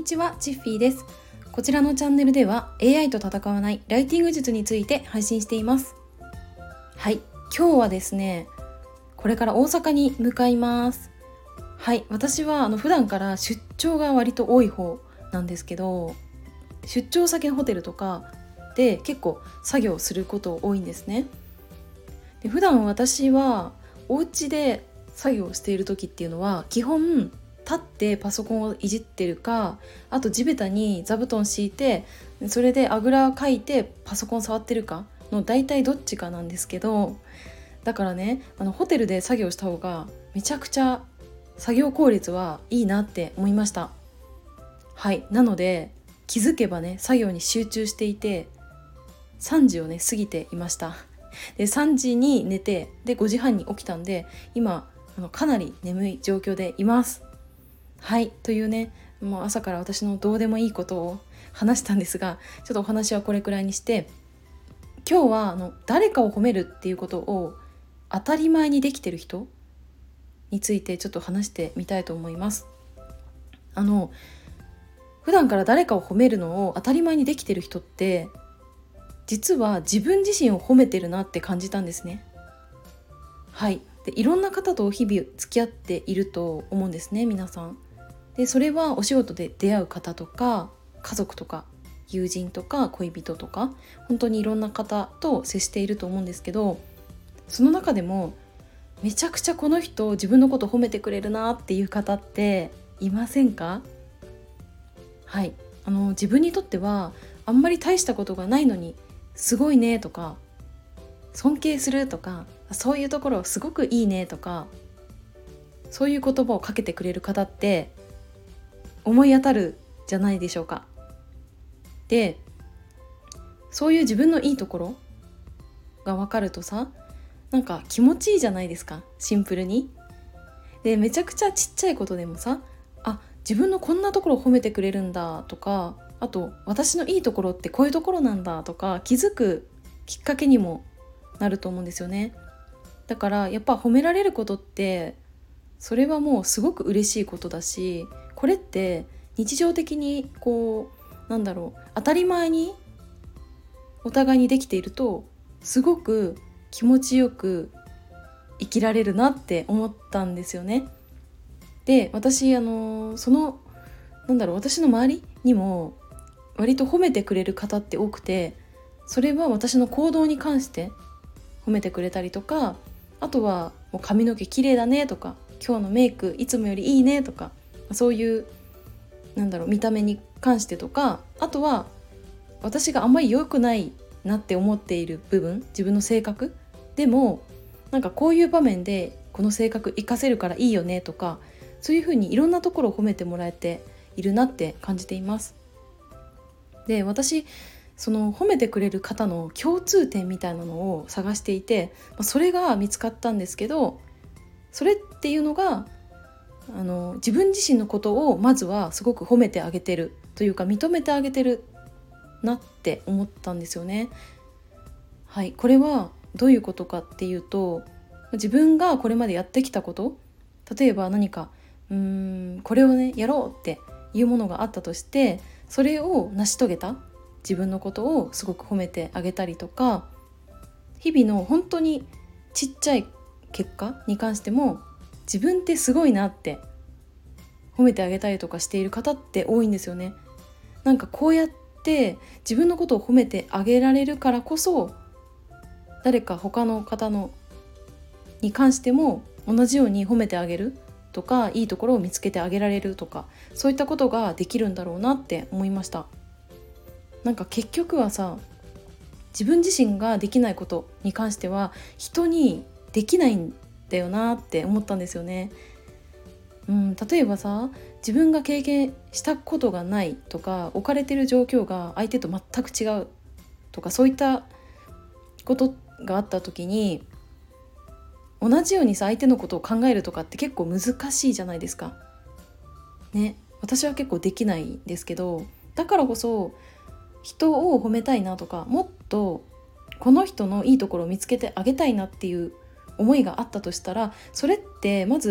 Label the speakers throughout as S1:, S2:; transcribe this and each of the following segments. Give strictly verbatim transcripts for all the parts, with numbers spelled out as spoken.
S1: にちは、チッフィーです。こちらのチャンネルでは エーアイ と戦わないライティング術について配信しています。はい、今日はですね、これから大阪に向かいます。はい、私はあの普段から出張が割と多い方なんですけど、出張先のホテルとかで結構作業すること多いんですね。で普段私はお家で作業している時っていうのは基本立ってパソコンをいじってるか、あと地べたに座布団敷いてそれであぐらかいてパソコン触ってるかの大体どっちかなんですけど、だからね、あのホテルで作業した方がめちゃくちゃ作業効率はいいなって思いました。はい、なので気づけばね作業に集中していてさんじをね過ぎていました。でさんじに寝て、でごじはんに起きたんで今あのかなり眠い状況でいます。はい、というね、もう朝から私のどうでもいいことを話したんですが、ちょっとお話はこれくらいにして、今日はあの誰かを褒めるっていうことを当たり前にできてる人についてちょっと話してみたいと思います。あの普段から誰かを褒めるのを当たり前にできてる人って実は自分自身を褒めてるなって感じたんですね。はい、でいろんな方と日々付き合っていると思うんですね、皆さん。でそれはお仕事で出会う方とか家族とか友人とか恋人とか本当にいろんな方と接していると思うんですけど、その中でもめちゃくちゃこの人自分のこと褒めてくれるなっていう方っていませんか？はい、あの自分にとってはあんまり大したことがないのにすごいねとか尊敬するとか、そういうところすごくいいねとか、そういう言葉をかけてくれる方って思い当たるじゃないでしょうか。でそういう自分のいいところが分かるとさ、なんか気持ちいいじゃないですか、シンプルに。でめちゃくちゃちっちゃいことでもさ、あ、自分のこんなところを褒めてくれるんだとか、あと私のいいところってこういうところなんだとか気づくきっかけにもなると思うんですよね。だからやっぱ褒められることってそれはもうすごく嬉しいことだし、これって日常的にこうなんだろう当たり前にお互いにできているとすごく気持ちよく生きられるなって思ったんですよね。で私あのそのなんだろう私の周りにも割と褒めてくれる方って多くて、それは私の行動に関して褒めてくれたりとか、あとはもう髪の毛綺麗だねとか、今日のメイクいつもよりいいねとか、そういうなんだろう見た目に関してとか、あとは私があんまり良くないなって思っている部分、自分の性格でもなんかこういう場面でこの性格活かせるからいいよねとか、そういうふうにいろんなところを褒めてもらえているなって感じています。で私その褒めてくれる方の共通点みたいなのを探していて、それが見つかったんですけど、それっていうのがあの自分自身のことをまずはすごく褒めてあげてるというか認めてあげてるなって思ったんですよね。はい、これはどういうことかっていうと、自分がこれまでやってきたこと、例えば何かうーんこれをねやろうっていうものがあったとして、それを成し遂げた自分のことをすごく褒めてあげたりとか、日々の本当にちっちゃい結果に関しても自分ってすごいなって褒めてあげたりとかしている方って多いんですよね。なんかこうやって自分のことを褒めてあげられるからこそ、誰か他の方のに関しても同じように褒めてあげるとか、いいところを見つけてあげられるとか、そういったことができるんだろうなって思いました。なんか結局はさ、自分自身ができないことに関しては人にできないんだよなって思ったんですよね。うん、例えばさ、自分が経験したことがないとか、置かれてる状況が相手と全く違うとか、そういったことがあった時に同じようにさ相手のことを考えるとかって結構難しいじゃないですかね。私は結構できないんですけど、だからこそ人を褒めたいなとか、もっとこの人のいいところを見つけてあげたいなっていう思いがあったとしたら、それってまず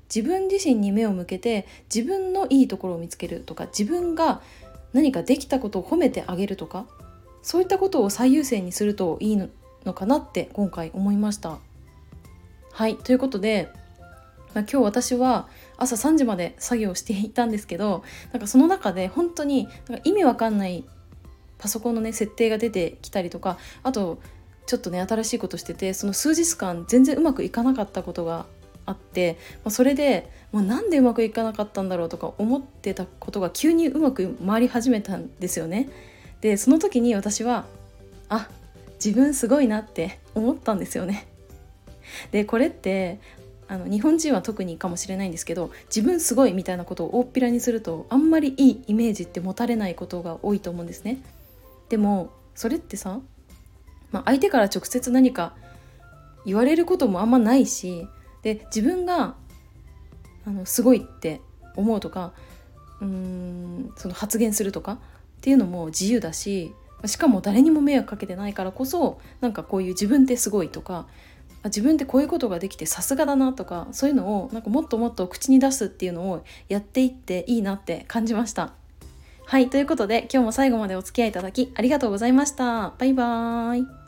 S1: 自分自身に目を向けて自分のいいところを見つけるとか、自分が何かできたことを褒めてあげるとか、そういったことを最優先にするといいのかなって今回思いました。はい、ということで、まあ、今日私は朝さんじまで作業していたんですけど、なんかその中で本当になんか意味わかんないパソコンのね設定が出てきたりとか、あとちょっとね新しいことしてて、その数日間全然うまくいかなかったことがあって、まあ、それでもうなんでうまくいかなかったんだろうとか思ってたことが急にうまく回り始めたんですよね。でその時に私はあ自分すごいなって思ったんですよね。でこれってあの日本人は特にかもしれないんですけど、自分すごいみたいなことを大っぴらにするとあんまりいいイメージって持たれないことが多いと思うんですね。でもそれってさ、まあ、相手から直接何か言われることもあんまないし、で自分があのすごいって思うとか、うーんその発言するとかっていうのも自由だし、しかも誰にも迷惑かけてないからこそ、なんかこういう自分ってすごいとか、自分ってこういうことができてさすがだなとか、そういうのをなんかもっともっと口に出すっていうのをやっていっていいなって感じました。はい、ということで今日も最後までお付き合いいただきありがとうございました。バイバーイ。